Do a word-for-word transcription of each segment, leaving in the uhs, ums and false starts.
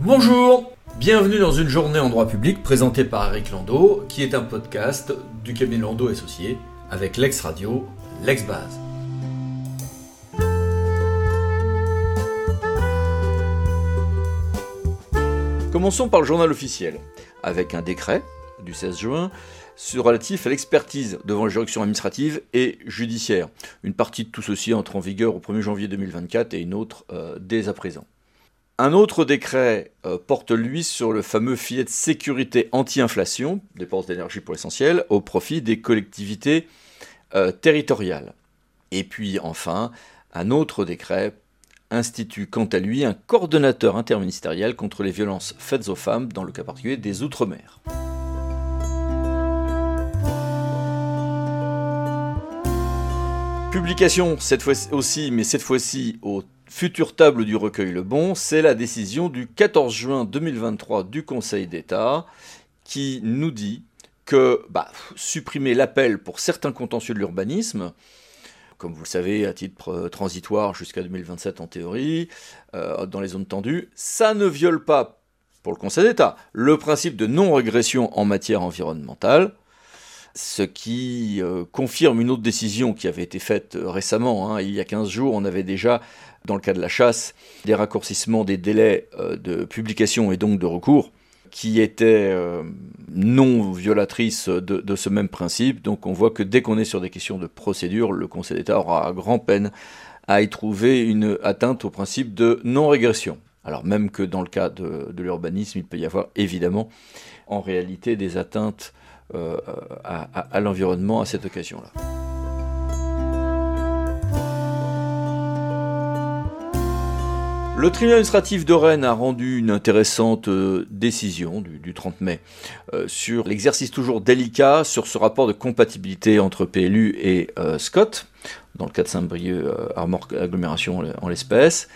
Bonjour, bienvenue dans une journée en droit public présentée par Eric Landau, qui est un podcast du cabinet Landau Associés avec Lex Radio, Lex Base. Commençons par le journal officiel, avec un décret du seize juin relatif à l'expertise devant les juridictions administratives et judiciaires. Une partie de tout ceci entre en vigueur au premier janvier deux mille vingt-quatre et une autre euh, dès à présent. Un autre décret euh, porte, lui, sur le fameux filet de sécurité anti-inflation, dépenses d'énergie pour l'essentiel, au profit des collectivités euh, territoriales. Et puis, enfin, un autre décret institue, quant à lui, un coordonnateur interministériel contre les violences faites aux femmes, dans le cas particulier des Outre-mer. Publication, cette fois aussi, mais cette fois-ci au futur table du recueil Le Bon, c'est la décision du quatorze juin deux mille vingt-trois du Conseil d'État qui nous dit que bah, supprimer l'appel pour certains contentieux de l'urbanisme, comme vous le savez, à titre transitoire jusqu'à deux mille vingt-sept en théorie, euh, dans les zones tendues, ça ne viole pas, pour le Conseil d'État, le principe de non-régression en matière environnementale, ce qui euh, confirme une autre décision qui avait été faite euh, récemment. Hein. Il y a quinze jours, on avait déjà, dans le cas de la chasse, des raccourcissements des délais euh, de publication et donc de recours, qui étaient euh, non violatrices de, de ce même principe. Donc on voit que dès qu'on est sur des questions de procédure, le Conseil d'État aura grand peine à y trouver une atteinte au principe de non-régression. Alors même que dans le cas de, de l'urbanisme, il peut y avoir évidemment en réalité des atteintes euh, à, à, à l'environnement à cette occasion-là. Le tribunal administratif de Rennes a rendu une intéressante euh, décision du, du trente mai euh, sur l'exercice toujours délicat sur ce rapport de compatibilité entre P L U et euh, Scott, dans le cas de Saint-Brieuc, euh, Armor Agglomération en l'espèce.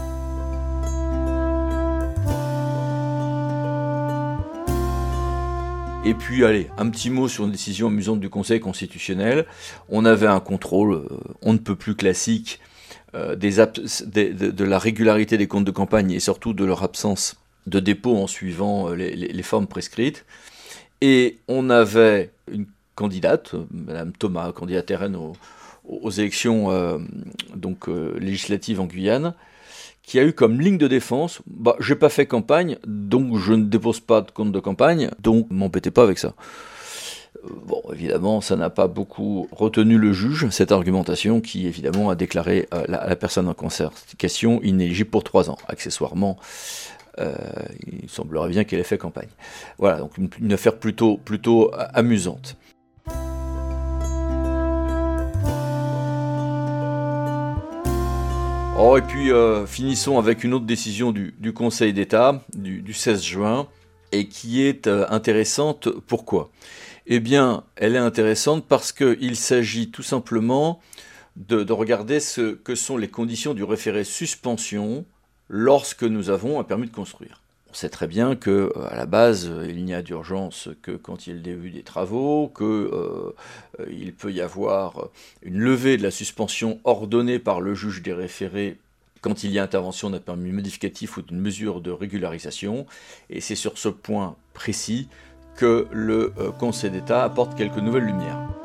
Et puis, allez, un petit mot sur une décision amusante du Conseil constitutionnel. On avait un contrôle, euh, on ne peut plus classique, euh, des abs- des, de, de la régularité des comptes de campagne et surtout de leur absence de dépôt en suivant euh, les, les, les formes prescrites. Et on avait une candidate, Madame Thomas, candidate R N aux, aux élections euh, donc, euh, législatives en Guyane, qui a eu comme ligne de défense, bah, j'ai pas fait campagne, donc je ne dépose pas de compte de campagne, donc m'embêtez pas avec ça. Bon, évidemment, ça n'a pas beaucoup retenu le juge, cette argumentation, qui évidemment a déclaré à la, à la personne en concertation inéligible pour trois ans. Accessoirement, euh, il semblerait bien qu'elle ait fait campagne. Voilà, donc une, une affaire plutôt, plutôt amusante. Oh, et puis euh, finissons avec une autre décision du, du Conseil d'État du, du seize juin, et qui est euh, intéressante. Pourquoi ? Eh bien, elle est intéressante parce qu'il s'agit tout simplement de, de regarder ce que sont les conditions du référé suspension lorsque nous avons un permis de construire. On sait très bien que à la base, il n'y a d'urgence que quand il y a le début des travaux, qu'il euh, peut y avoir une levée de la suspension ordonnée par le juge des référés quand il y a intervention d'un permis modificatif ou d'une mesure de régularisation. Et c'est sur ce point précis que le euh, Conseil d'État apporte quelques nouvelles lumières.